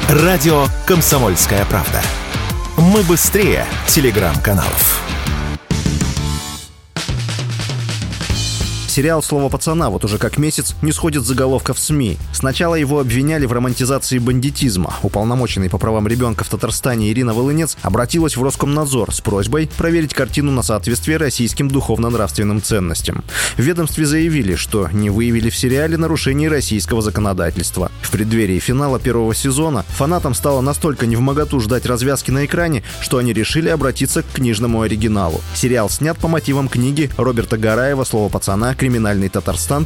Радио «Комсомольская правда». Мы быстрее телеграм-каналов. Сериал «Слово пацана» вот уже как месяц не сходит с заголовков СМИ. Сначала его обвиняли в романтизации бандитизма. Уполномоченный по правам ребенка в Татарстане Ирина Волынец обратилась в Роскомнадзор с просьбой проверить картину на соответствие российским духовно-нравственным ценностям. В ведомстве заявили, что не выявили в сериале нарушений российского законодательства. В преддверии финала первого сезона фанатам стало настолько невмоготу ждать развязки на экране, что они решили обратиться к книжному оригиналу. Сериал снят по мотивам книги Роберта Гараева «Слово пацана. Криминальный Татарстан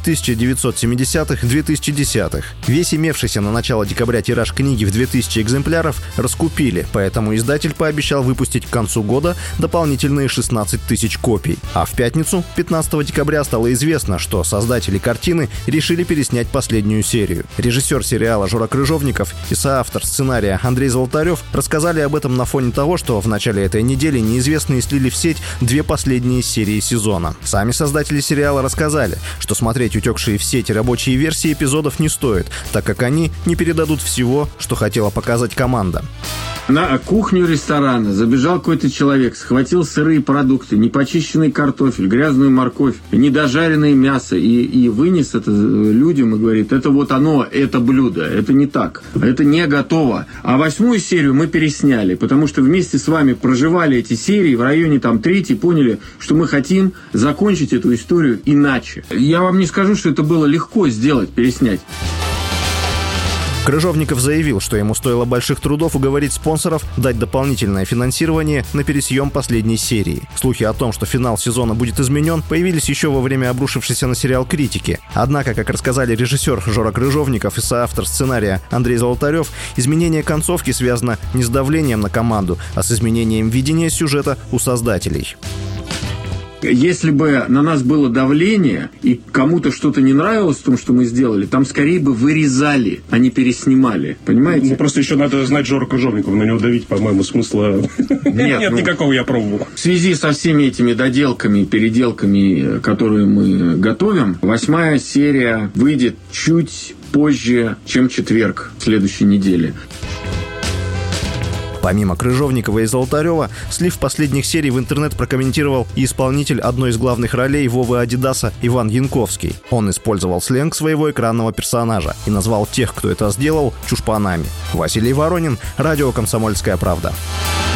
1970-2010». Весь имевшийся на начало декабря тираж книги в 2000 экземпляров раскупили, поэтому издатель пообещал выпустить к концу года дополнительные 16 тысяч копий. А в пятницу, 15 декабря, стало известно, что создатели картины решили переснять последнюю серию. Режиссер сериала Жора Крыжовников и соавтор сценария Андрей Золотарев рассказали об этом на фоне того, что в начале этой недели неизвестные слили в сеть 2 последние серии сезона. Сами создатели сериала рассказали, что смотреть утекшие в сети рабочие версии эпизодов не стоит, так как они не передадут всего, что хотела показать команда. На кухню ресторана забежал какой-то человек, схватил сырые продукты, непочищенный картофель, грязную морковь, недожаренное мясо и вынес это людям и говорит: это вот оно, это блюдо, это не так, это не готово. А 8-ю серию мы пересняли, потому что вместе с вами проживали эти серии в районе там 3-й, поняли, что мы хотим закончить эту историю иначе. Я вам не скажу, что это было легко сделать, переснять. Крыжовников заявил, что ему стоило больших трудов уговорить спонсоров дать дополнительное финансирование на пересъем последней серии. Слухи о том, что финал сезона будет изменен, появились еще во время обрушившейся на сериал критики. Однако, как рассказали режиссер Жора Крыжовников и соавтор сценария Андрей Золотарев, изменение концовки связано не с давлением на команду, а с изменением видения сюжета у создателей. Если бы на нас было давление, и кому-то что-то не нравилось в том, что мы сделали, там скорее бы вырезали, а не переснимали. Понимаете? Ну, просто еще надо знать Жору Крыжовникова. На него давить, по-моему, смысла нет никакого, я пробовал. В связи со всеми этими доделками, переделками, которые мы готовим, 8-я серия выйдет чуть позже, чем четверг следующей недели. Помимо Крыжовникова и Золотарева, слив последних серий в интернет прокомментировал и исполнитель одной из главных ролей Вовы Адидаса Иван Янковский. Он использовал сленг своего экранного персонажа и назвал тех, кто это сделал, чушпанами. Василий Воронин, радио «Комсомольская правда».